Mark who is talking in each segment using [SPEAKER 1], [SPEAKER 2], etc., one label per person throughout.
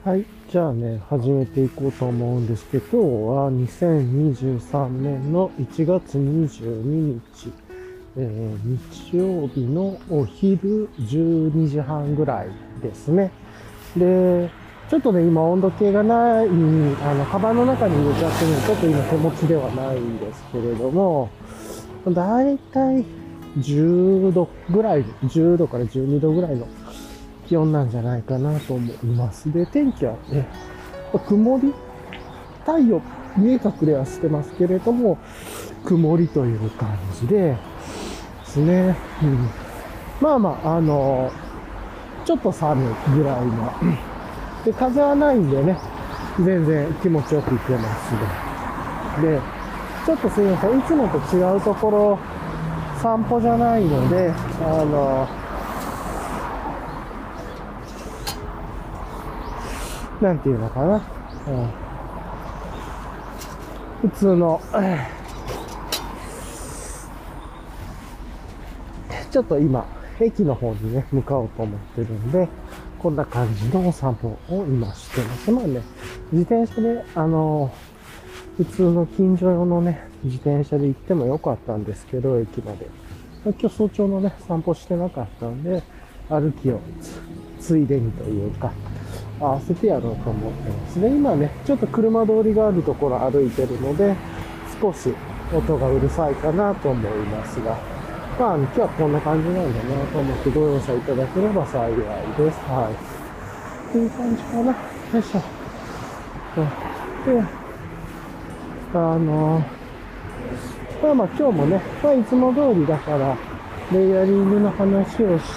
[SPEAKER 1] はい。じゃあね、始めていこうと思うんですけど、今日は2023年の1月22日、日曜日のお昼12時半ぐらいですね。で、ちょっとね、今温度計がない、カバンの中に入れちゃってるので、ちょっと今手持ちではないんですけれども、だいたい10度ぐらい、10度から12度ぐらいの気温なんじゃないかなと思います。で、天気はね、曇り、太陽見え隠れはしてますけれども、曇りという感じですね。うん、まあまあ、ちょっと寒いぐらいの。で、風はないんでね、全然気持ちよく行けますね。で、ちょっとすいません、いつもと違うところ、散歩じゃないので、なんていうのかな。普通の、ちょっと今、駅の方にね、向かおうと思ってるんで、こんな感じのお散歩を今してます。まあね、自転車で、普通の近所用のね、自転車で行ってもよかったんですけど、駅まで。今日早朝のね、散歩してなかったんで、歩きをついでにというか、合わせてやろうと思ってます。で、今ね、ちょっと車通りがあるところ歩いてるので、少し音がうるさいかなと思いますが、まあ、今日はこんな感じなんだなと思ってご容赦いただければ幸いです。はい。っていう感じかな。よいしょ。で、まあまあ今日もね、まあいつも通りだから、レイヤリングの話をして、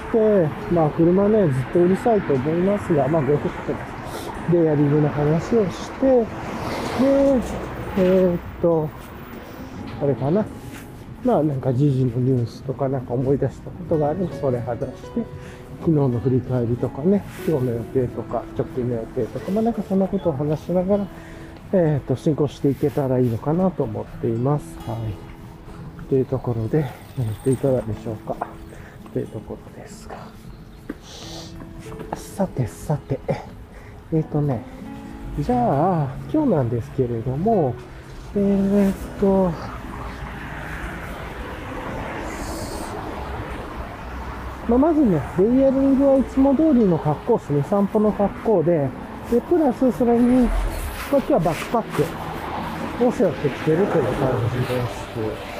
[SPEAKER 1] まあ車ね、ずっとうるさいと思いますが、まあ5分ってます。レイヤリングの話をして、で、あれかな。まあなんか時事のニュースとかなんか思い出したことがあればそれ話して、昨日の振り返りとかね、今日の予定とか、直近の予定とか、まあなんかそんなことを話しながら、進行していけたらいいのかなと思っています。はい。というところで、いかがでしょうか。というところですが。さてさて、じゃあ、今日なんですけれども、まずね、レイヤリングはいつも通りの格好ですね。散歩の格好で、プラスそれに、今日はバックパックを背負ってきてるという感じです。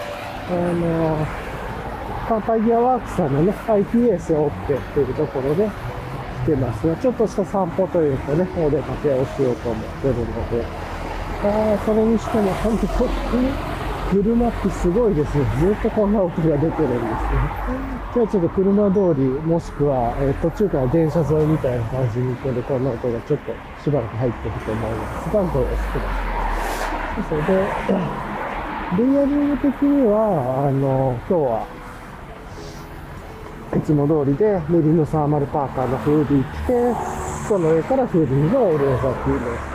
[SPEAKER 1] パパイヤワークさんのね、IPA 背負ってっていうところで来てますが、ちょっとした散歩というかね、お出かけをしようと思ってるので、それにしても本当に車ってすごいですね。ずっとこんな音が出てるんですね。今日ちょっと車通り、もしくは、途中から電車沿いみたいな感じに行くので、こんな音がちょっとしばらく入ってると思います。バンコですけど。それで、レイヤリング的には、今日はいつも通りで、メリノサーマルパーカーのフーディー着て、その上からフーディーのオールオーザーティーです。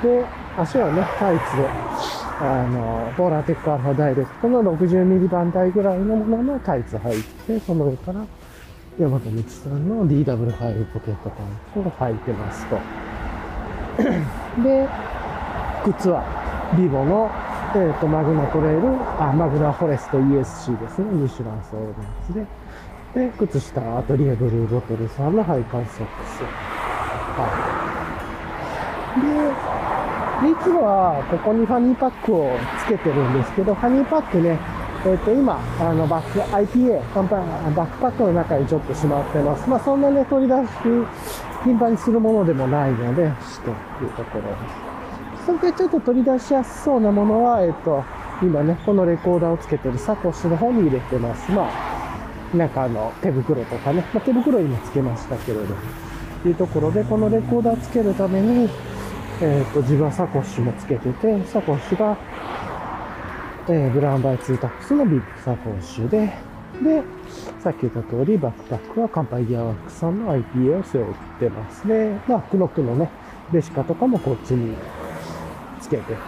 [SPEAKER 1] で、足はね、タイツで、ポーラーテックアルファダイレクトの60ミリ番台ぐらいのもののタイツ履いて、その上から大和道さんの DW5 ポケットパンツを履いてますと。で、靴はビボの、マグナトレール、マグナフォレスト ESC ですね。ミシュランソールのやつで。で、靴下はアトリエブルーボトルさんのハイカンソックス。はい。で、いつもはここにファニーパックをつけてるんですけど、ファニーパックね、今、バック、IPA、バックパックの中にちょっとしまってます。まあ、そんなね、取り出し、頻繁にするものでもないので、してというところです。それでちょっと取り出しやすそうなものは、今ね、このレコーダーをつけてるサコッシュの方に入れてます。まあ、なんか手袋とかね、まあ、手袋今つけましたけれど、というところで、このレコーダーつけるために、自分はサコッシュもつけてて、サコッシュが、ブラウンバイツータックスのビッグサコッシュで、さっき言った通り、バックパックはカンパイギアワークさんの IPA を背負ってますね。まあ、クノックのね、ベシカとかもこっちにつけてて、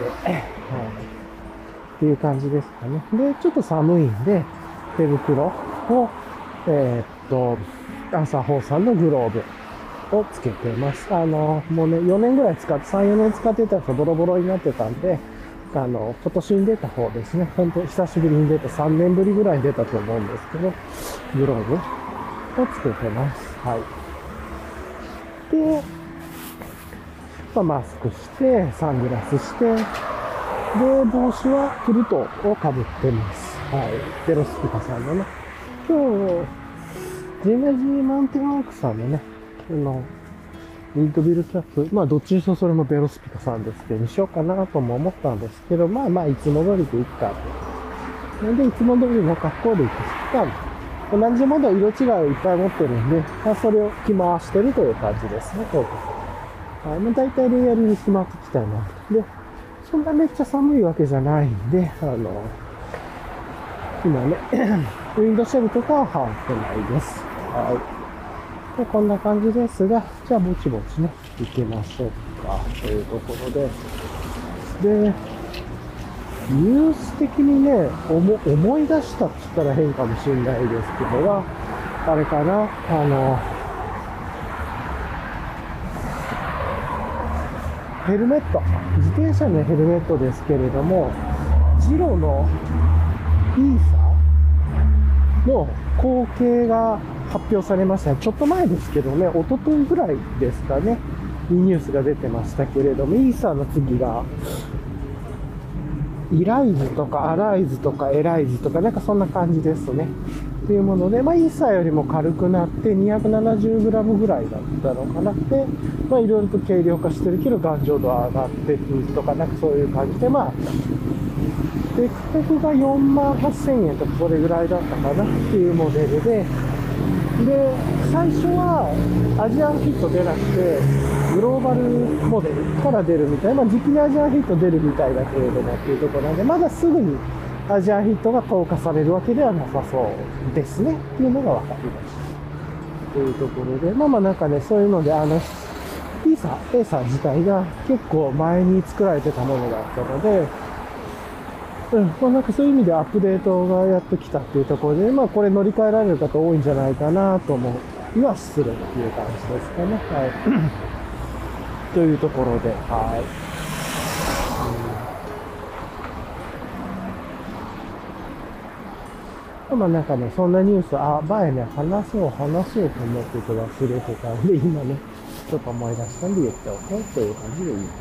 [SPEAKER 1] っていう感じですかね。で、ちょっと寒いんで、手袋を、アンサー4さんのグローブをつけてます。もうね、4年ぐらい3、4年使ってたやつがボロボロになってたんで、今年に出た方ですね。本当久しぶりに出た、3年ぶりぐらいに出たと思うんですけど、グローブをつけてます。はい。で、マスクして、サングラスして、で、帽子はキルトをかぶってます。はい。ベロスピカさんのね。今日、ジメジマウンテンワークさんのね、ミッドビルキャップ、どっちにしろそれもベロスピカさんですけど、にしようかなとも思ったんですけど、いつも通りでいいかと。なんで、いつも通りの格好でいくか。同じもの色違いをいっぱい持ってるんで、それを着回してるという感じですね、こう。はい。大体レイヤルに決まってきたな。で、そんなめっちゃ寒いわけじゃないんで、今ね、ウィンドシェルとかは羽織ってないです。はい。で、こんな感じですが、じゃあぼちぼちね、行きましょうか、というところで。で、ニュース的にね、思い出したって言ったら変かもしれないですけど、あれかな、ヘルメット。自転車のヘルメットですけれども、ジロのイーサの後継が発表されました。ちょっと前ですけどね、一昨日ぐらいですかね、ニュースが出てましたけれども、イーサの次が、イライズとかアライズとかエライズとかなんかそんな感じですね。っていうもので、イーサよりも軽くなって 270g ぐらいだったのかなって、いろいろと軽量化してるけど頑丈度は上がってるとかなんかそういう感じで、スペックが48,000円とかそれぐらいだったかなっていうモデルで、最初はアジアンヒット出なくて、グローバルモデルから出るみたいな、時期にアジアンヒット出るみたいだけれどもっていうところなんで、まだすぐにアジアンヒットが投下されるわけではなさそうですねっていうのが分かりました。というところで、なんかね、そういうので、エーサー自体が結構前に作られてたものだったので、なんかそういう意味でアップデートがやってきたっていうところで、これ乗り換えられる方多いんじゃないかなと思いはするっていう感じですかね。はい。というところで、はい。なんかね、そんなニュース、前ね、話そうと思ってて忘れてたんで、今ね、ちょっと思い出したんで言っておこうという感じで言いました。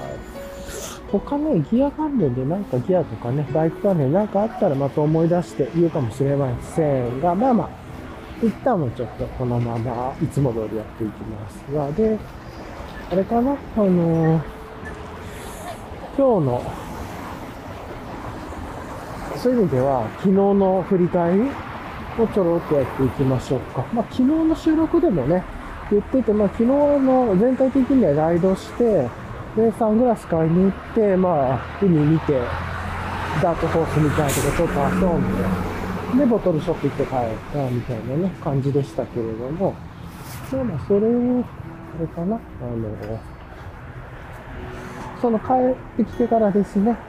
[SPEAKER 1] はい。他ね、ギア関連でなんかギアとかね、バイク関連なんかあったらまた思い出して言うかもしれませんが、一旦はちょっとこのままいつも通りやっていきますが、で、あれかな、今日の、そういう意味では昨日の振り返りをちょろっとやっていきましょうか。昨日の収録でもね、言ってて、昨日の全体的にはライドして、で、サングラス買いに行って、海見て、ダートコースみたいなとこちょっと遊んで、で、ボトルショップ行って帰ったみたいなね、感じでしたけれども、それを、あれかな、その帰ってきてからですね、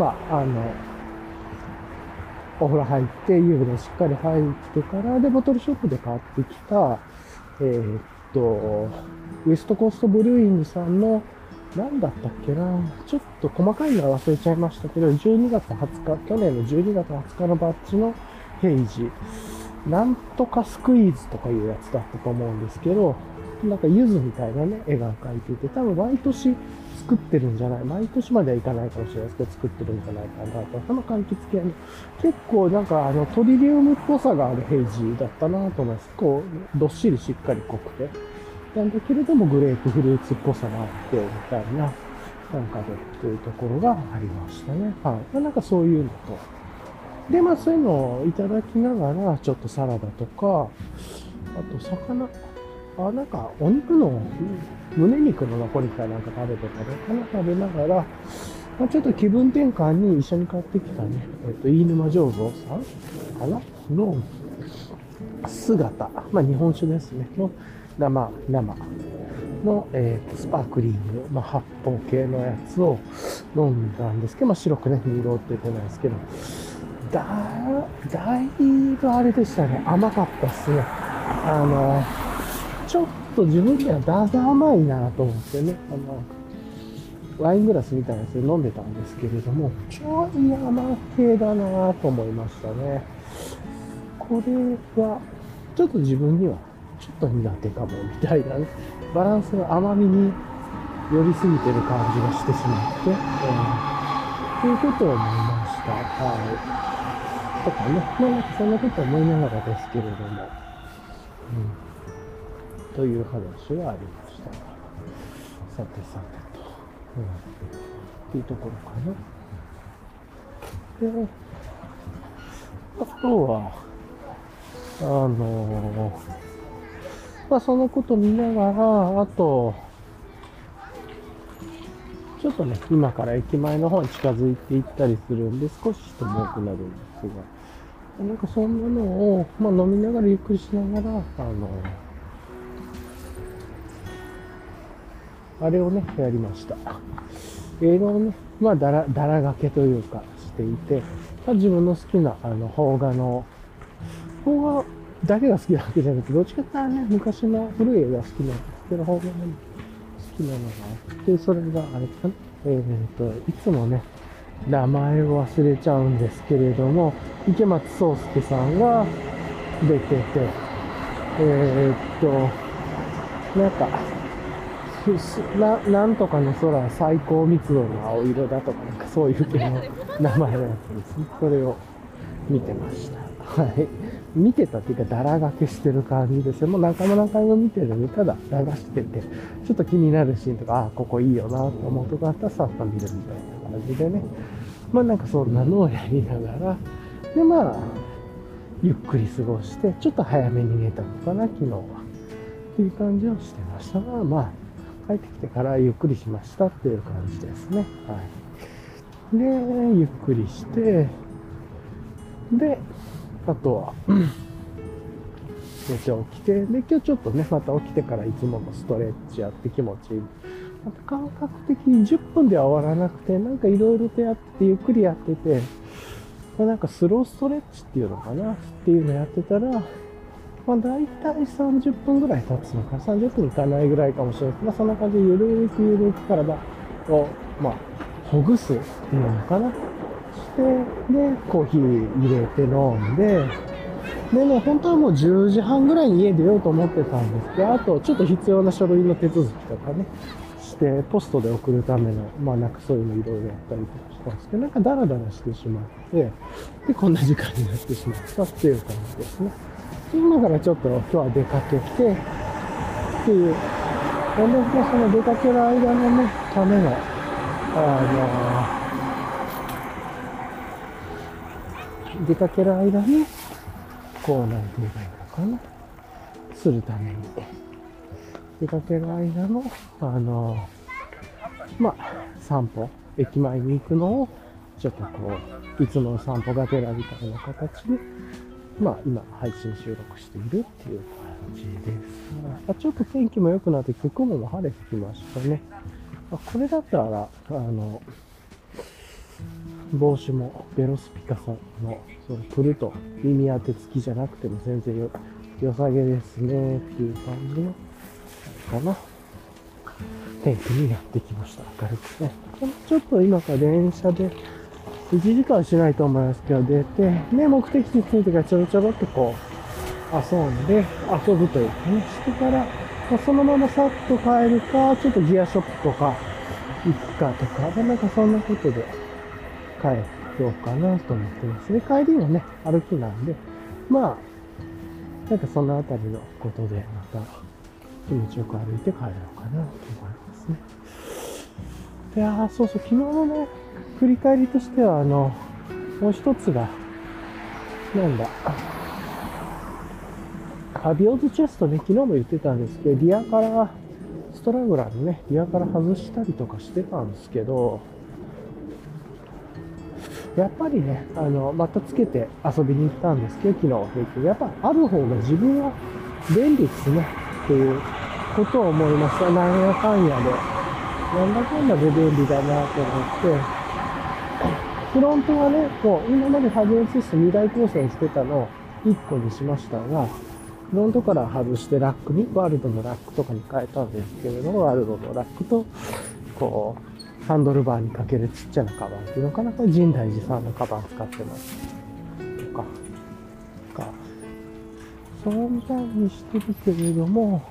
[SPEAKER 1] お風呂入って、湯船しっかり入ってから、で、ボトルショップで買ってきた、ウエストコーストブルーイングさんの、何だったっけな、ちょっと細かいのは忘れちゃいましたけど、12月20日、去年の12月20日のバッジのページ、なんとかスクイーズとかいうやつだったと思うんですけど、なんか柚子みたいなね、絵が描いてて、多分毎年作ってるんじゃない、毎年まではいかないかもしれないですけど、作ってるんじゃないかなと。その柑橘系の、結構なんかトリリウムっぽさがあるページだったなと思います。こう、どっしりしっかり濃くて。なんだけれども、グレープフルーツっぽさがあって、みたいな、なんかで、というところがありましたね。はい。なんかそういうのと。で、そういうのをいただきながら、ちょっとサラダとか、あと魚、なんかお肉の、胸肉の残りかなんか食べてたのかな、食べながら、ちょっと気分転換に一緒に買ってきたね、飯沼醸造さんかなの姿、日本酒ですね、の生の、スパークリング、発泡系のやつを飲んだんですけど、白くね、色って出ないですけど、だいぶあれでしたね、甘かったっすね。 ちょっと自分ではだだ甘いなと思ってね、ワイングラスみたいなやつで飲んでたんですけれども、ちょい甘系だなと思いましたね。これは、ちょっと自分にはちょっと苦手かもみたいなね、バランスが甘みに寄りすぎてる感じがしてしまって、ということを思いました。はい。とかね、なんかそんなこと思いながらですけれども、という話がありました。さてさてと、っていうところかな。で、あとは、そのこと見ながら、あと、ちょっとね、今から駅前の方に近づいていったりするんで、少し人も多くなるんですが、なんかそんなのを、飲みながらゆっくりしながら、あれをね、やりました。映画をね、だらがけというかしていて、自分の好きな、邦画だけが好きなわけじゃなくて、どっちかっていうとね、昔の古い映画好きなんですけど、邦画も好きなのがあって、それがあれかな、いつもね、名前を忘れちゃうんですけれども、池松壮亮さんが出てて、なんか、なんとかの空は最高密度の青色だとか、なんかそういう系の名前のやつですね。それを見てました。はい。見てたっていうか、だらがけしてる感じですよ。もう何回も見てるんで、ただ流してて、ちょっと気になるシーンとか、ここいいよなと思うとこあったらさっと見るみたいな感じでね。なんかそんなのをやりながら、で、ゆっくり過ごして、ちょっと早めに寝たのかな、昨日は。っていう感じをしてましたが、帰ってきてからゆっくりしましたっていう感じですね。はい。で、ゆっくりして、で、あとは、寝て起きて、で、今日ちょっとね、また起きてからいつものストレッチやって気持ちいい。また感覚的に10分では終わらなくて、なんかいろいろとやってて、ゆっくりやってて、なんかスローストレッチっていうのかなっていうのやってたら、大体30分ぐらい経つのかな。30分いかないぐらいかもしれないです。そんな感じでゆるく体を、ほぐすっていうのかな。して、で、コーヒー入れて飲んで、でね、本当はもう10時半ぐらいに家出ようと思ってたんですけど、あとちょっと必要な書類の手続きとかね、して、ポストで送るための、なんかそういうのいろいろやったりとかしたんですけど、なんかダラダラしてしまって、で、こんな時間になってしまったっていう感じですね。今からちょっと今日は出かけて、っていう、その出かける間のね、ための、出かける間に、なんて言えばいいのかな、するために、出かける間の、散歩、駅前に行くのを、ちょっといつもの散歩がてらみたいな形で、今配信収録しているっていう感じです。ちょっと天気も良くなってきて、雲も晴れてきましたね。これだったら、帽子もベロスピカさんの、プルと耳当て付きじゃなくても全然良さげですねっていう感じの、かな。天気になってきました。明るくね。ちょっと今から電車で、1時間しないと思いますけど出て、で、目的地に着いてからちょろちょろっと遊んで、遊ぶというかね、してから、そのままさっと帰るか、ちょっとギアショップとか行くかとか、なんかそんなことで帰ろうかなと思ってます。で、帰りもね、歩きなんで、なんかそのあたりのことで、また気持ちよく歩いて帰ろうかなと思いますね。で、そう、昨日のね、振り返りとしては、もう一つが、ビオーズチェストね、昨日も言ってたんですけど、リアからストラグラーのね、リアから外したりとかしてたんですけど、やっぱりね、またつけて遊びに行ったんですけど、昨日は結局、やっぱある方が自分は便利ですね、っていうことを思いました。なんやかんやで。なんだかんだで便利だなと思って、フロントはね、今までハードウェアシステム2台構成してたのを1個にしましたが、 フロントから外してラックに、ワールドのラックとかに変えたんですけれども、ワールドのラックと、こう、ハンドルバーにかけるちっちゃなカバンっていうのかな。これ深大寺さんのカバン使ってます。とか、そんなにしてるけれども、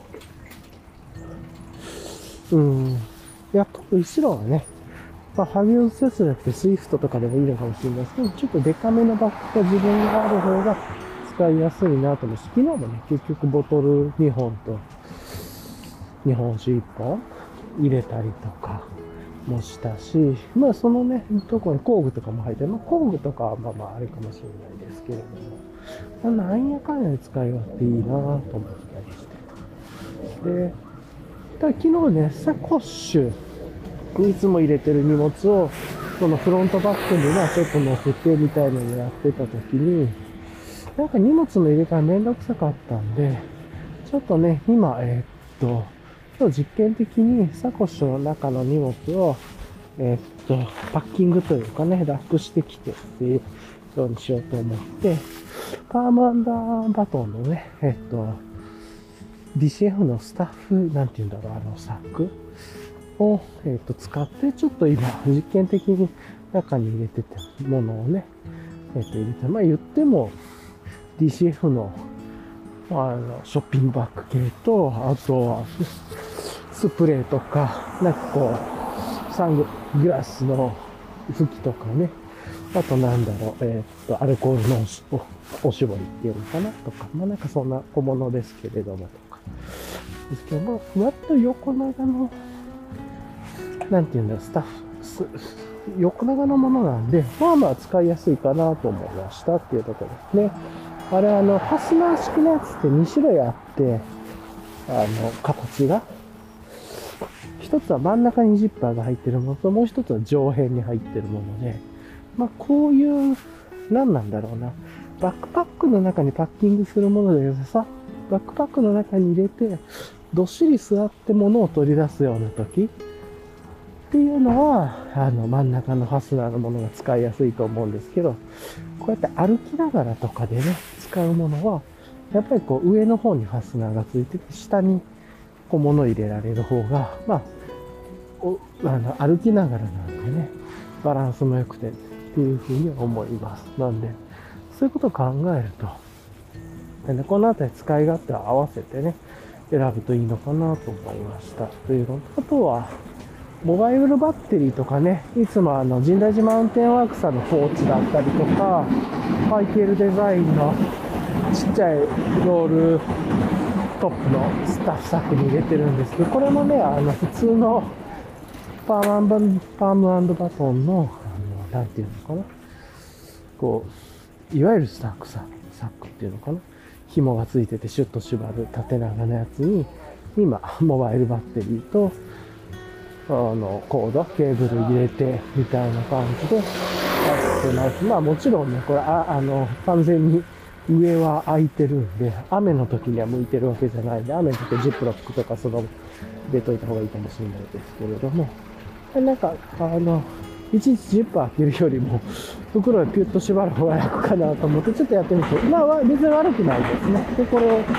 [SPEAKER 1] やっぱ後ろはね、まあ、ハギオステスじゃなくてスイフトとかでもいいのかもしれないですけど、ちょっとデカめのバッグが自分がある方が使いやすいなと思うし、昨日もね、結局ボトル2本と日本酒1本入れたりとかもしたし、まあそのね、とこに工具とかも入ってる。まあ工具とかはまああれかもしれないですけれども、まあ、なんやかんやで使い勝手いいなと思ったりしてた。で、ただ昨日ね、サコッシュ、いつも入れてる荷物を、そのフロントバッグにちょっと乗せてみたいなのをやってた時に、なんか荷物の入れ替えめんどくさかったんで、ちょっとね、今、実験的にサコッシュの中の荷物を、パッキングというかね、ラップしてきてっていうようにしようと思って、パームアンダーバトンのね、DCF のスタッフ、なんて言うんだろう、サックを、使って、ちょっと今、実験的に中に入れてたものをね、入れて、まあ言っても、DCF の、ショッピングバッグ系と、あとは、スプレーとか、なんかこう、サングラスの拭きとかね、あとなんだろう、アルコールのおしぼりっていうのかなとか、まあなんかそんな小物ですけれどもとか。ですけども、割と横長の、なんていうんだろう、横長のものなんで、まあ使いやすいかなと思いましたっていうところですね。あれファスナー式のやつって2種類あって、形が。一つは真ん中にジッパーが入ってるものと、もう一つは上辺に入ってるもので、まあこういう、何なんだろうな。バックパックの中にパッキングするものだけどさ、バックパックの中に入れて、どっしり座って物を取り出すような時っていうのは、真ん中のファスナーのものが使いやすいと思うんですけど、こうやって歩きながらとかでね、使うものは、やっぱりこう上の方にファスナーがついてて、下にこう物入れられる方が、まあ、歩きながらなんでね、バランスも良くてっていうふうに思います。なんで、そういうことを考えると、でこのあたり使い勝手を合わせてね、選ぶといいのかなと思いました。というのと、あとは、モバイルバッテリーとかね、いつも深大寺マウンテンワークさんのポーチだったりとか、マイケルデザインのちっちゃいロールトップのスタッフサックに入れてるんですけど、これもね、普通のパーム&バトンの、なんていうのかな。こう、いわゆるサックっていうのかな。紐がついててシュッと縛る縦長のやつに、今、モバイルバッテリーと、コード、ケーブル入れて、みたいな感じでやってます。まあもちろんね、これ、完全に上は開いてるんで、雨の時には向いてるわけじゃないんで、雨の時はジップロックとか入れといた方がいいかもしれないですけれども、なんか、いちいちジップ開けるよりも、袋でピュッと縛る方が楽かなと思って、ちょっとやってみて、まあ別に悪くないですね。で、これを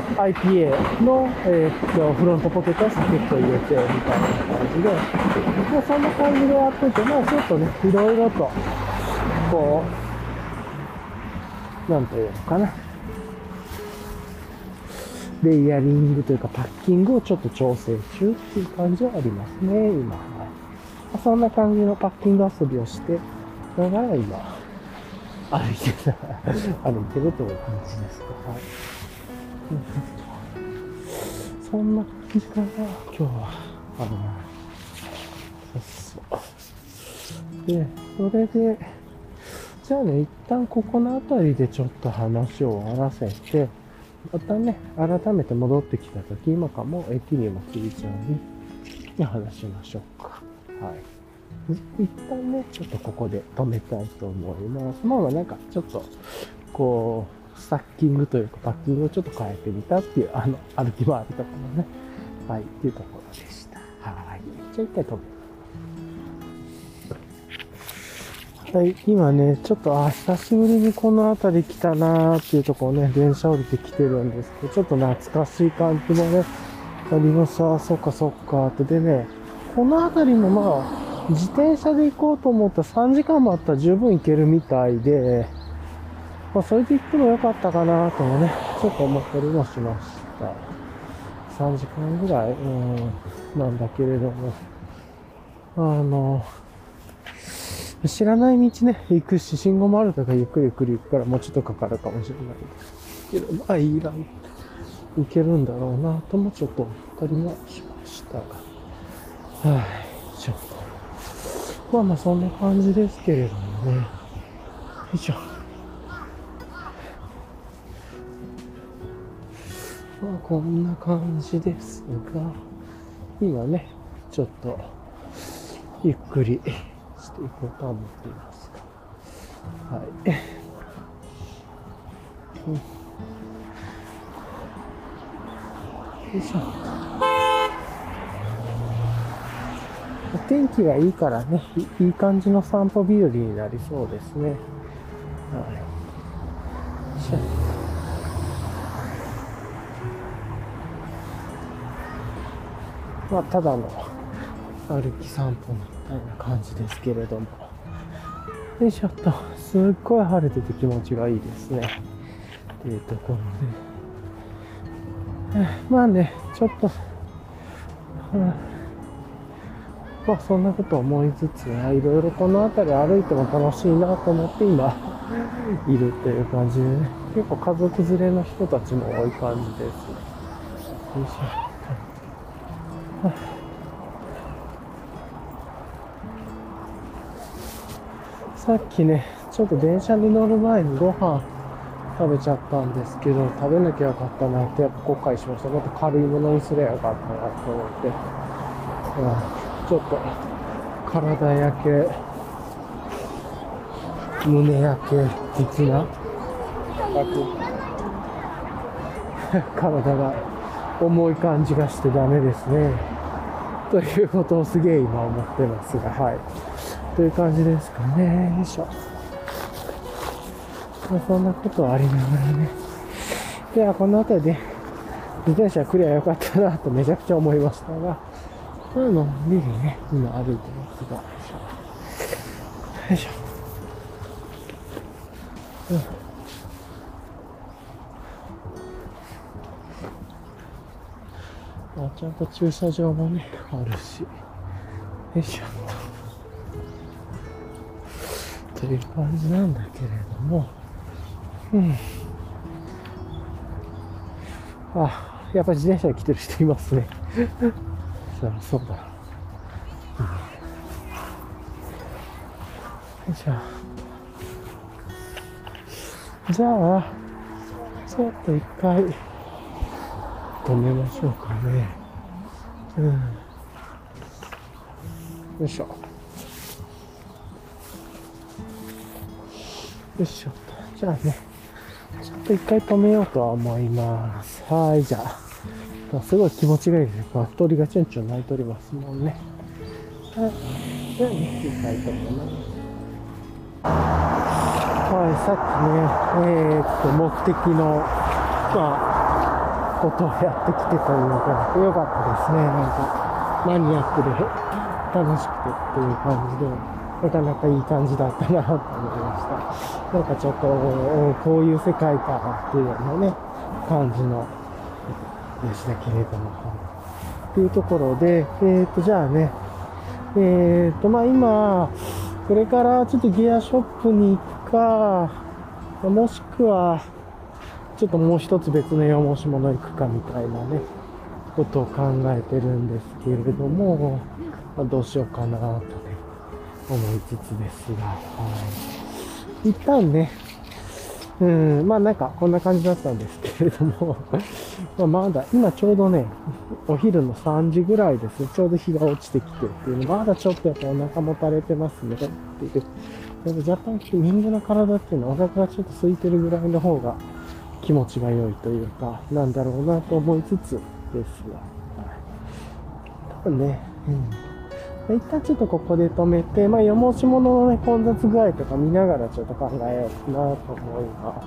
[SPEAKER 1] IPA の、フロントポケットをサクッと入れて、みたいな感じで、まあそんな感じでやってて、まあちょっとね、いろいろと、こう、なんていうのかな。レイヤリングというかパッキングをちょっと調整中っていう感じはありますね、今。そんな感じのパッキング遊びをしてながら今、歩いてるという感じですか。はい。そんな感じかな、今日は。で、それで、じゃあね、一旦ここの辺りでちょっと話を終わらせて、またね、改めて戻ってきたとき、今からもう駅にも着いちゃうに話しましょうか。はい。一旦ね、ちょっとここで止めたいと思います。まあなんかちょっと、こう、スタッキングというかパッキングをちょっと変えてみたっていう、歩き回りとかもね、はい、っていうところでした。はい。じゃあ一回止めます。 はい、今ね、ちょっと、久しぶりにこの辺り来たなーっていうところね、電車降りてきてるんですけど、ちょっと懐かしい感じもね、あります。そっかそっかって。でね、この辺りもまあ、自転車で行こうと思ったら3時間もあったら十分行けるみたいで、まあ、それで行ってもよかったかなともね、ちょっと思ったりもしました。3時間ぐらい、なんだけれども、知らない道ね、行くし、信号もあるとかゆっくりゆっくり行くからもうちょっとかかるかもしれないですけど、まあいいらん。行けるんだろうなともちょっと思ったりもしましたが。はい、ちょっと。まあまあそんな感じですけれどもね。よいしょ。まあこんな感じですが、今ね、ちょっとゆっくりしていこうと思っています。はい。よいしょ。天気がいいからね、いい感じの散歩日和になりそうですね。はい。よいしょ。まあ、ただの歩き散歩みたいな感じですけれども。よいしょっと。すっごい晴れてて気持ちがいいですね。っていうところで。まあね、ちょっと、まあそんなこと思いつつ、いろいろこの辺り歩いても楽しいなと思って今いるっていう感じでね。結構家族連れの人たちも多い感じです。よいしょ。さっきね、ちょっと電車に乗る前にご飯食べちゃったんですけど、食べなきゃよかったなってやっぱ後悔しました。もっと軽いものにすればよかったなと思って、ちょっと体焼け、胸焼け的な体が重い感じがしてダメですね。ということをすげえ今思ってますが、はい。という感じですかね。よいしょ。そんなことはありながらね。では、この辺りで自転車来りゃよかったなとめちゃくちゃ思いましたが、のんびりね、今歩いてますが、よいしょ。ちゃんと駐車場もね、あるし、よいしょ。という感じなんだけれども、やっぱり自転車で来てる人いますね。そうだ。よいしょ。じゃあ、ちょっと一回止めましょうかね。よいしょ。よいしょ。じゃあね、ちょっと一回止めようとは思います。はい、じゃあ。すごい気持ちがいいですね。鳥がチュンチュン鳴いておりますもんね。はい。じゃあね、一回止めます。はい、さっきね、目的の、ことをやってきてというか、よかったですね。なんか、マニアックで楽しくてっていう感じで、なかなかいい感じだったなと思いました。なんかちょっと、こういう世界かっていうようなね、感じの、でしたけれども。っていうところで、じゃあね、今、これからちょっとギアショップに行くか、もしくは、ちょっともう一つ別の用申し物行くかみたいなね、ことを考えてるんですけれども、どうしようかなとね、思いつつですが、はい。一旦ね、なんかこんな感じだったんですけれども、まだ、今ちょうどね、お昼の3時ぐらいですね、ちょうど日が落ちてきてっていうの、まだちょっとやっぱお腹もたれてますねっていう。若干人間の体っていうのはお腹がちょっと空いてるぐらいの方が気持ちが良いというか、なんだろうなと思いつつですが、多分ね、 一旦ちょっとここで止めて、まあ、よもしもののね、混雑具合とか見ながらちょっと考えようかなと思います。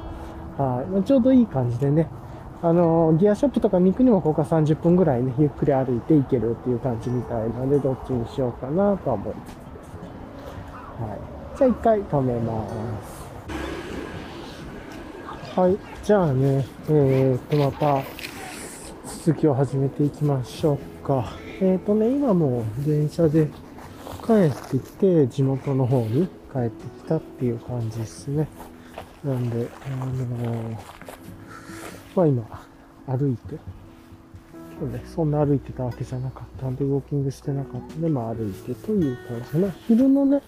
[SPEAKER 1] はい。まあ、ちょうどいい感じでね、ギアショップとかに行くにもここから30分ぐらいね、ゆっくり歩いて行けるっていう感じみたいなので、どっちにしようかなとは思いつつですね。はい。じゃあ一回止めます。はい。じゃあね、また続きを始めていきましょうか。今もう電車で帰ってきて、地元の方に帰ってきたっていう感じですね。なんで、まあ今、歩いて、今日ね、そんな歩いてたわけじゃなかったんで、ウォーキングしてなかったんで、まあ歩いてという感じ。まあ昼のね、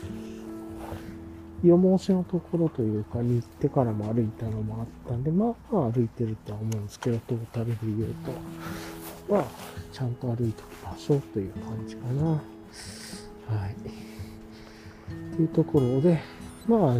[SPEAKER 1] 夜申しのところというか、に行ってからも歩いたのもあったんで、まあ歩いてるとは思うんですけど、トータルで言うと、まあ、ちゃんと歩いておきましょうという感じかな。はい。というところで、まあ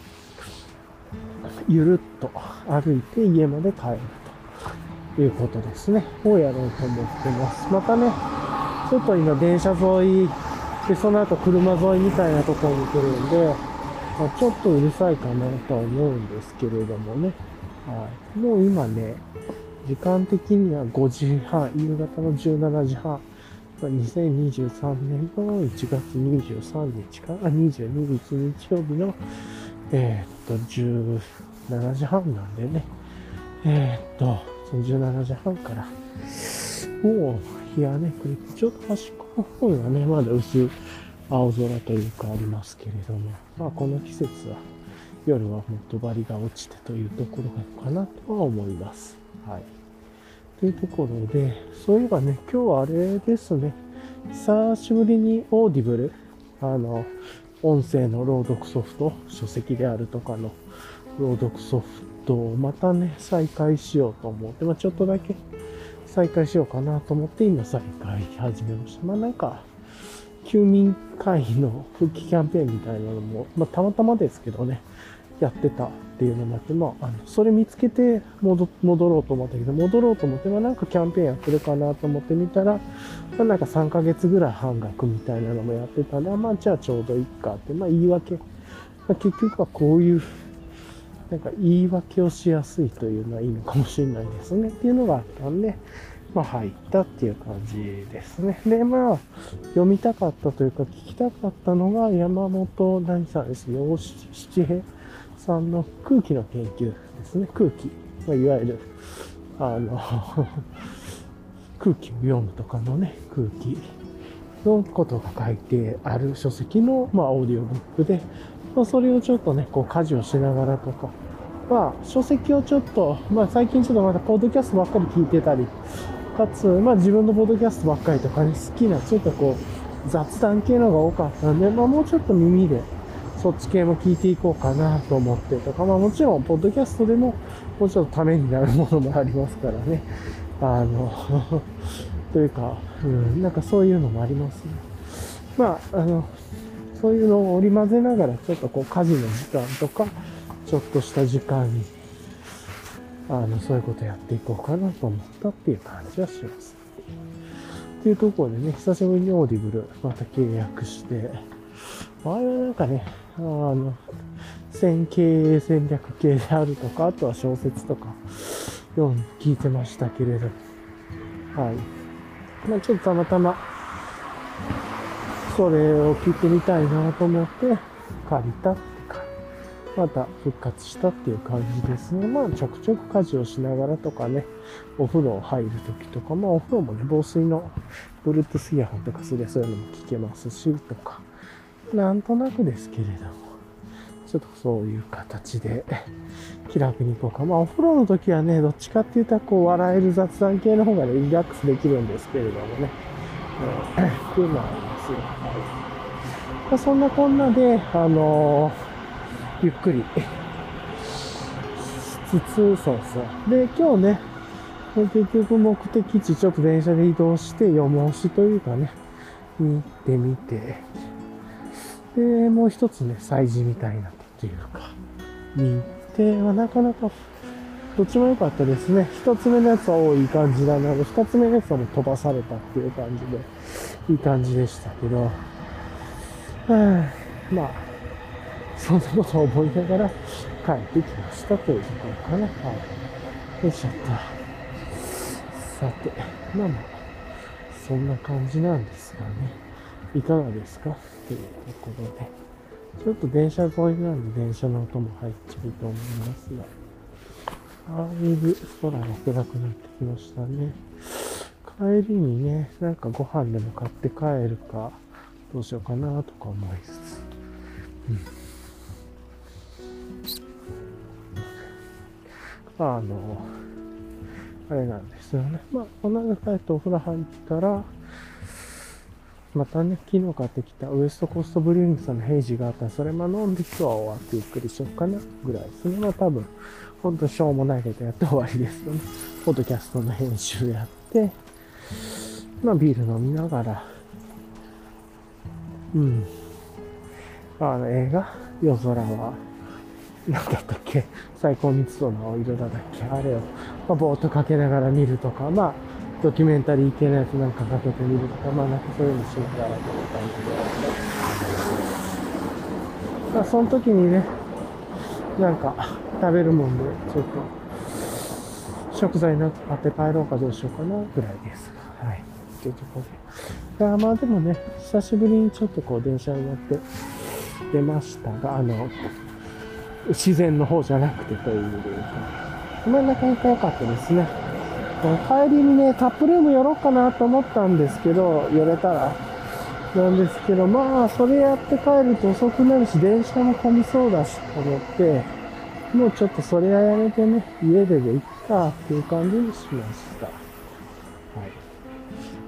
[SPEAKER 1] ゆるっと歩いて家まで帰るということですね。をやろうと思ってます。またね、ちょっと今電車沿いで、その後車沿いみたいなところに来るんで、まあ、ちょっとうるさいかなとは思うんですけれどもね。はい。もう今ね、時間的には5時半、夕方の17時半。2023年の1月23日から22日日曜日の、17時半なんでね。その17時半から、もう日がね、暮れて、ちょっと端っこの方にはね、まだ薄青空というかありますけれども、まあこの季節は夜はもっとバリが落ちてというところかなとは思います。はい。というところで、そういえばね、今日はあれですね、久しぶりにオーディブル、音声の朗読ソフト、書籍であるとかの朗読ソフトをまたね、再開しようと思って、まあちょっとだけ再開しようかなと思って今再開始めました。まあなんか、休眠会の復帰キャンペーンみたいなのも、まあたまたまですけどね、やってたっていうのもあって、まあ、それ見つけて戻ろうと思ったけど、戻ろうと思って、まあなんかキャンペーンやってるかなと思ってみたら、まあなんか3ヶ月ぐらい半額みたいなのもやってたんで、まあじゃあちょうどいいかって、まあ言い訳。まあ、結局はこういう、なんか言い訳をしやすいというのはいいのかもしれないですねっていうのがあったんで、まあ入ったっていう感じですね。で、まあ読みたかったというか聞きたかったのが山本何さんですね。七平さんの空気の研究ですね。空気。まあ、いわゆる、空気を読むとかのね、空気のことが書いてある書籍の、まあ、オーディオブックで、まあ、それをちょっとね、こう、家事をしながらとか、まあ、書籍をちょっと、まあ、最近ちょっとまた、ポッドキャストばっかり聞いてたり、かつ、まあ、自分のポッドキャストばっかりとかね、好きな、ちょっとこう、雑談系のが多かったんで、まあ、もうちょっと耳で、そっち系も聞いていこうかなと思ってとか、まあもちろん、ポッドキャストでも、もうちょっとためになるものもありますからね。というか、なんかそういうのもありますね。まあ、そういうのを織り交ぜながら、ちょっとこう、家事の時間とか、ちょっとした時間に、そういうことやっていこうかなと思ったっていう感じはします。っていうところでね、久しぶりにオーディブル、また契約して、あれはなんかね、経営戦略系であるとか、あとは小説とか、聞いてましたけれど、はい。まあちょっとたまたま、それを聞いてみたいなと思って、借りたってか、また復活したっていう感じですね。まあちょくちょく家事をしながらとかね、お風呂入るときとか、まあお風呂もね、防水の Bluetooth イヤホンとかすればそういうのも聞けますし、とか、なんとなくですけれども、ちょっとそういう形で気楽に行こうか。まあお風呂の時はね、どっちかっていうとこう笑える雑談系の方がね、リラックスできるんですけれどもね。っていうのはありますよ。まあ、そんなこんなで、ゆっくりしつつ、そうそう。で、今日ね、結局目的地ちょっと電車で移動して、夜申しというかね、に行ってみて、で、もう一つね、催事みたいなっていうか、に行って、なかなかどっちも良かったですね。一つ目のやつはいい感じなので、二つ目のやつはもう飛ばされたっていう感じで、いい感じでしたけど、まあ、そんなことを思いながら帰ってきましたというところかな。はい。よいしょっと。さて、まあまあ、そんな感じなんですがね。いかがですかというところで。ちょっと電車沿いなんで電車の音も入っちゃうと思いますが。だいぶ空が暗くなってきましたね。帰りにね、なんかご飯でも買って帰るか、どうしようかなとか思いつつ。あれなんですよね。まあ、この間帰ってお風呂入ったら、またね、昨日買ってきたウエストコーストブリューイングさんのヘイジがあったら、それも飲んで今日は終わってゆっくりしようかな、ぐらいですね。まあ多分、ほんとしょうもないことやって終わりですよね。ポッドキャストの編集やって、まあビール飲みながら、映画、夜空は、なんだったっけ、最高密度の青色だっけ、あれを、まあ、ぼーっとかけながら見るとか、まあ、ドキュメンタリー系のやつなんかかけてみるとか、まあなんかそういうのしながらという感じで。まあその時にね、なんか食べるもんで、ちょっと食材なんか買って帰ろうかどうしようかなぐらいです。はい。というところで。まあでもね、久しぶりにちょっとこう電車に乗って出ましたが、自然の方じゃなくてという意味で言うと、まあなかなか良かったですね。帰りにね、タップルーム寄ろうかなと思ったんですけど、寄れたら。なんですけど、まあ、それやって帰ると遅くなるし、電車も混みそうだし、と思って、もうちょっとそれはやめてね、家で行っかっていう感じにしました。はい。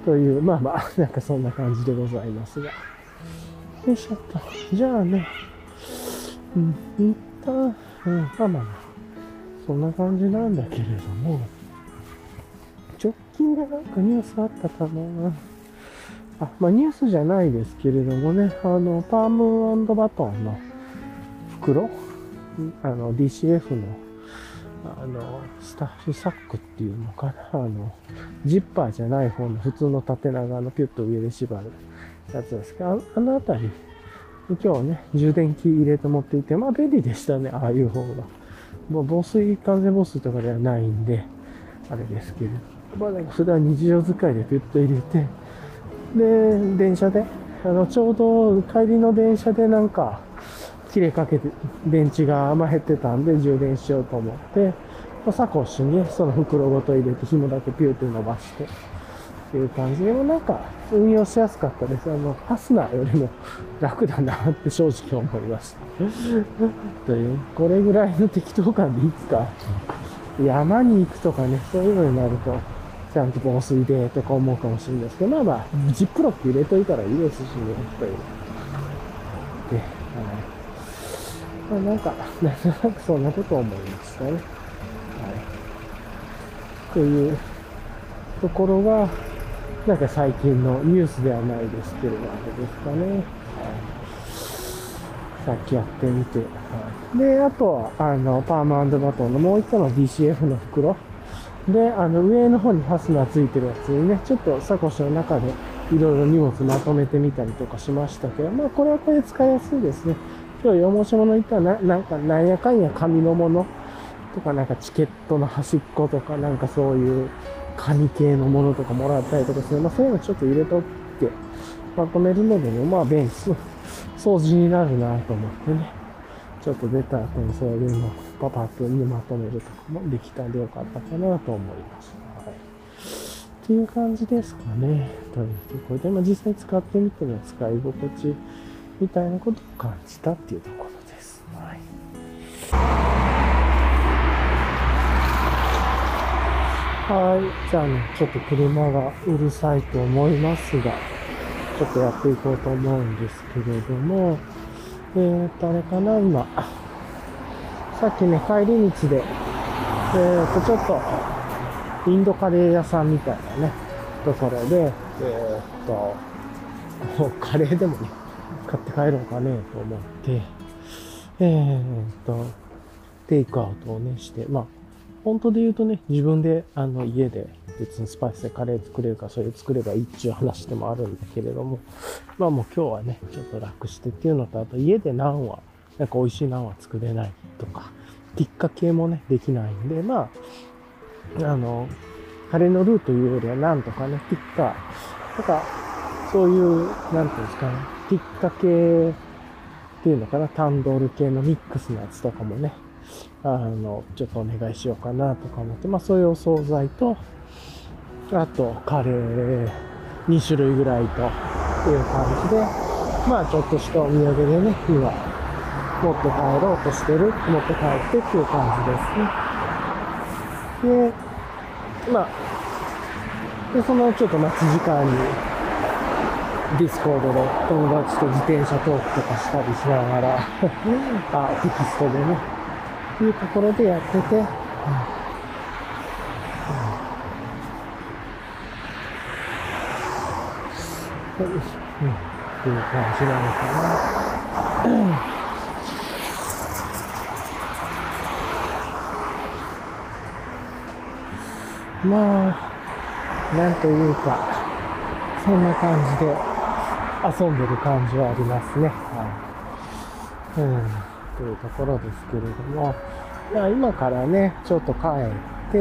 [SPEAKER 1] という、まあまあ、なんかそんな感じでございますが。よいしょっと。じゃあね、一旦、まあまあ、そんな感じなんだけれども、直近でなんかニュースあったかな。まあニュースじゃないですけれどもね、パーム&バトンの袋、DCF の、スタッフサックっていうのかな、ジッパーじゃない方の普通の縦長のピュッと上で縛るやつですけど、あのあたり、今日ね、充電器入れて持っていて、まあ便利でしたね、ああいう方が。もう防水、完全防水とかではないんで、あれですけれど。まあなんか普段日常使いでピュッと入れて、で、電車で、ちょうど帰りの電車でなんか、切れかけて、電池が減ってたんで充電しようと思って、サコッシュにその袋ごと入れて紐だけピューって伸ばして、っていう感じで、なんか運用しやすかったです。ファスナーよりも楽だなって正直思いました。という、これぐらいの適当感でいつか、山に行くとかね、そういうのになると、ちゃんと防水でとか思うかもしれないですけど、まあまあ、ジップロック入れといたらいいですしね、という。で、まあなんか、なんとなくそんなことを思いましたね。はい。というところが、なんか最近のニュースではないですけれど、あれですかね。はい。さっきやってみて。はい。で、あとは、パーム&バトンのもう一個の DCF の袋。で、上の方にファスナーついてるやつにね、ちょっとサコッシュの中でいろいろ荷物まとめてみたりとかしましたけど、まあこれはこれで使いやすいですね。今日用申し物行ったらなんやかんや紙のものとかなんかチケットの端っことかなんかそういう紙系のものとかもらったりとかする。まあそういうのちょっと入れとってまとめるのでもまあ便利。掃除になるなと思ってね。ちょっと出た後にそういうのをパパッとにまとめるとかもできたんでよかったかなと思います。はい。っていう感じですかね。というところで、まあ実際使ってみての使い心地みたいなことを感じたっていうところです。はい。はい。じゃあね、ちょっと車がうるさいと思いますが、ちょっとやっていこうと思うんですけれども、あれかな、今。さっきね、帰り道で、ちょっと、インドカレー屋さんみたいなね、ところで、カレーでもね、買って帰ろうかね、と思って、テイクアウトをね、して、まあ、 本当で言うとね、自分で家で別にスパイスでカレー作れるからそれ作ればいいっていう話でもあるんだけれども、まあもう今日はね、ちょっと楽してっていうのと、あと家でナンは、なんか美味しいナンは作れないとか、ティッカ系もね、できないんで、まあ、カレーのルーというよりはナンとかね、ティッカ、なんか、そういう、なんていうんですかね、ティッカ系っていうのかな、タンドール系のミックスのやつとかもね、ちょっとお願いしようかなとか思って、まあそういうお惣菜と、あとカレー2種類ぐらいと、っていう感じで、まあちょっとしたお土産でね、今、持って帰ろうとしてる、持って帰ってっていう感じですね。で、まあ、で、そのちょっと待ち時間に、ディスコードで友達と自転車トークとかしたりしながらテキストでね、いうところでやってて、っていう感じなのかな。まあ、なんというか、そんな感じで遊んでる感じはありますね。というところですけれども、今からね、ちょっと帰って、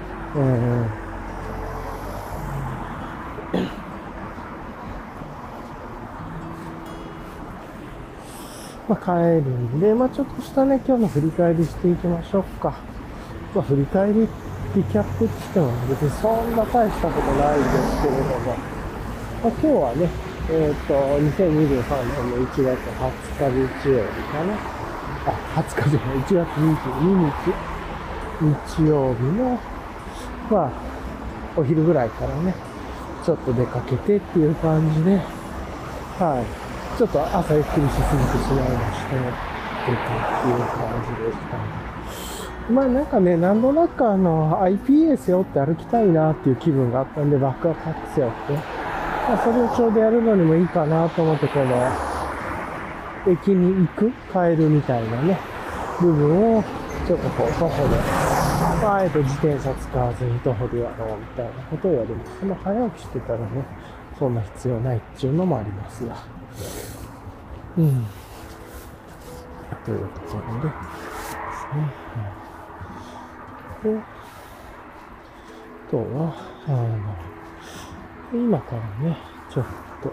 [SPEAKER 1] 帰るんで、ちょっとしたね、今日の振り返りしていきましょうか。振り返り、リキャップって言っても別にそんな大したことないですけれども、今日はね、2023年の1月20日日曜日かな。20日じゃない、1月22日、日曜日の、お昼ぐらいからね、ちょっと出かけてっていう感じで、ちょっと朝ゆっくりしすぎてしまいまして、出たっていう感じでしたね。なんかね、なんとなくIPA 背負って歩きたいなっていう気分があったんで、バックアップ背負って、それをちょうどやるのにもいいかなと思って、この、駅に行く、帰るみたいなね、部分を、ちょっとこう、徒歩で、あえて自転車使わずに徒歩でやろうみたいなことをやります。早起きしてたらね、そんな必要ないっていうのもありますが。というところでですね。で、あとは、今からね、ちょっと、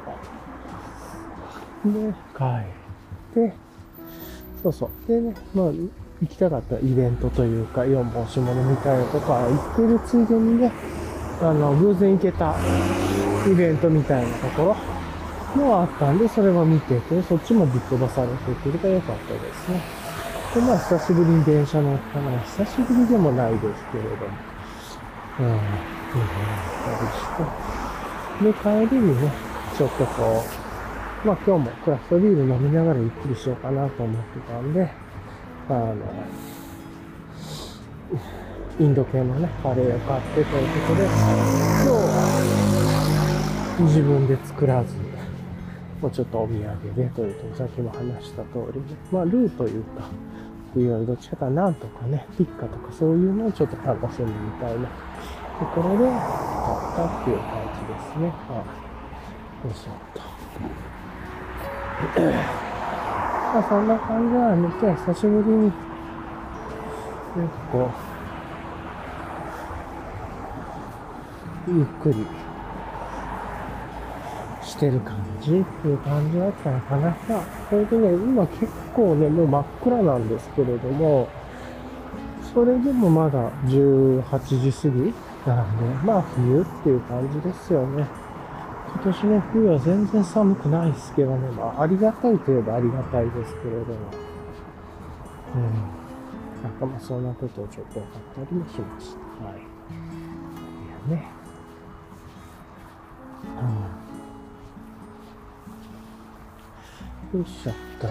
[SPEAKER 1] で、帰って、でね、行きたかったイベントというか、4本下のみたいなとか、行ってるついでにね、偶然行けたイベントみたいなところもあったんで、それも見てて、そっちもぶっ飛ばされてて、それが良かったですね。で、久しぶりに電車乗ったのは、久しぶりでもないですけれども、で、帰りにね、ちょっとこう、今日もクラフトビール飲みながらゆっくりしようかなと思ってたんで、インド系のね、カレーを買ってということで、今日は自分で作らず、もうちょっとお土産でというと、さっきも話した通りで、ルーというか、っていうよりどっちかというとなんとかね、ピッカとかそういうのをちょっと楽しむみたいなところで買ったっていう感じですね。そんな感じなんで、今日は久しぶりに、こう、ゆっくりしてる感じっていう感じだったのかな。それでね、今結構ね、もう真っ暗なんですけれども、それでもまだ18時過ぎなんで、冬っていう感じですよね。今年の冬は全然寒くないですけどね、ありがたいといえばありがたいですけれども、なんかそんなことをちょっと分かったりもしました。はい。いやね。よいしょっと。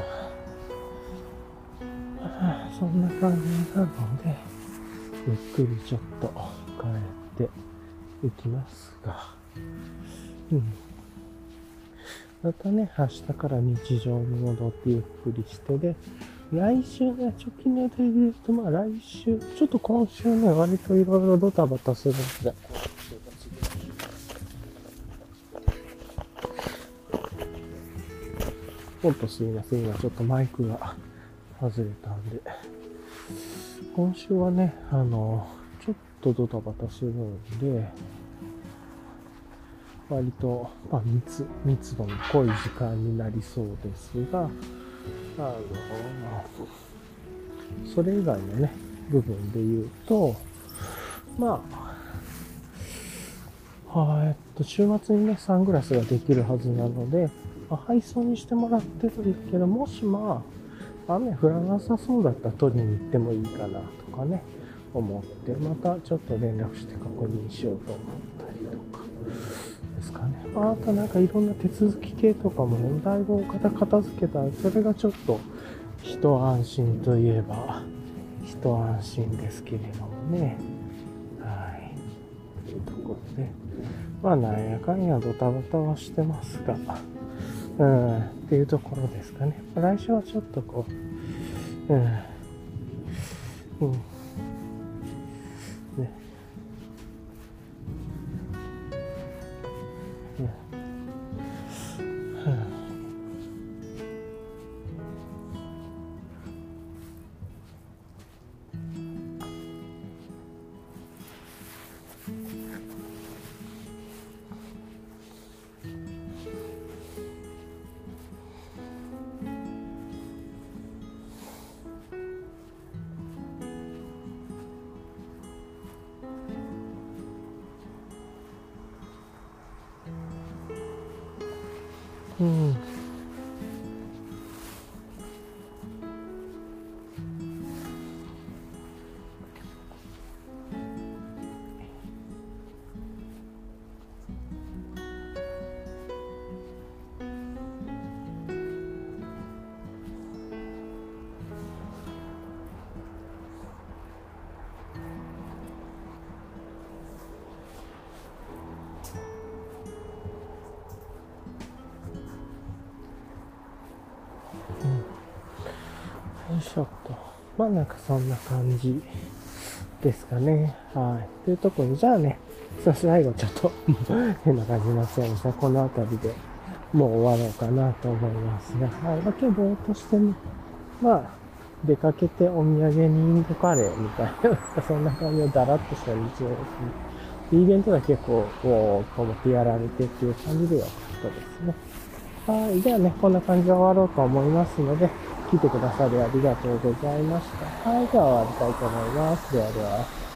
[SPEAKER 1] そんな感じなので、ゆっくりちょっと帰っていきますが、またね、明日から日常に戻ってゆっくりしてで、 来週ね、直近の予定で言うと、まあ来週、ちょっと今週ね、割といろいろドタバタするので、ほんとすいません、今ちょっとマイクが外れたんで、今週はね、ちょっとドタバタするんで、割と、まあ、密度の濃い時間になりそうですが、それ以外のね、部分で言うと、まあ、週末にね、サングラスができるはずなので、まあ、配送にしてもらってるんだけど、もしまあ、雨降らなさそうだったら取りに行ってもいいかなとかね、思って、またちょっと連絡して確認しようと思ったりとかですかね。あとなんかいろんな手続き系とかもね、だいぶ片付けたら、それがちょっと一安心といえば、一安心ですけれどもね。はい。というところで、まあなんやかんやドタバタはしてますが、っていうところですかね。来週はちょっとこう、ね。うん。よいしょっと。まあなんかそんな感じですかね。はい。というところで、じゃあね、最後ちょっと変な感じになっちゃいました。この辺りでもう終わろうかなと思いますが、はい。まあ、今日ぼーっとしてね、まあ、出かけてお土産にインドカレーみたいな、そんな感じのだらっとした日常ですね。イベントは結構、こう思ってやられてっていう感じでは良かったですね。はい。じゃあね、こんな感じで終わろうと思いますので、聞いてくださりありがとうございました。はい。では終わりたいと思います。ではでは。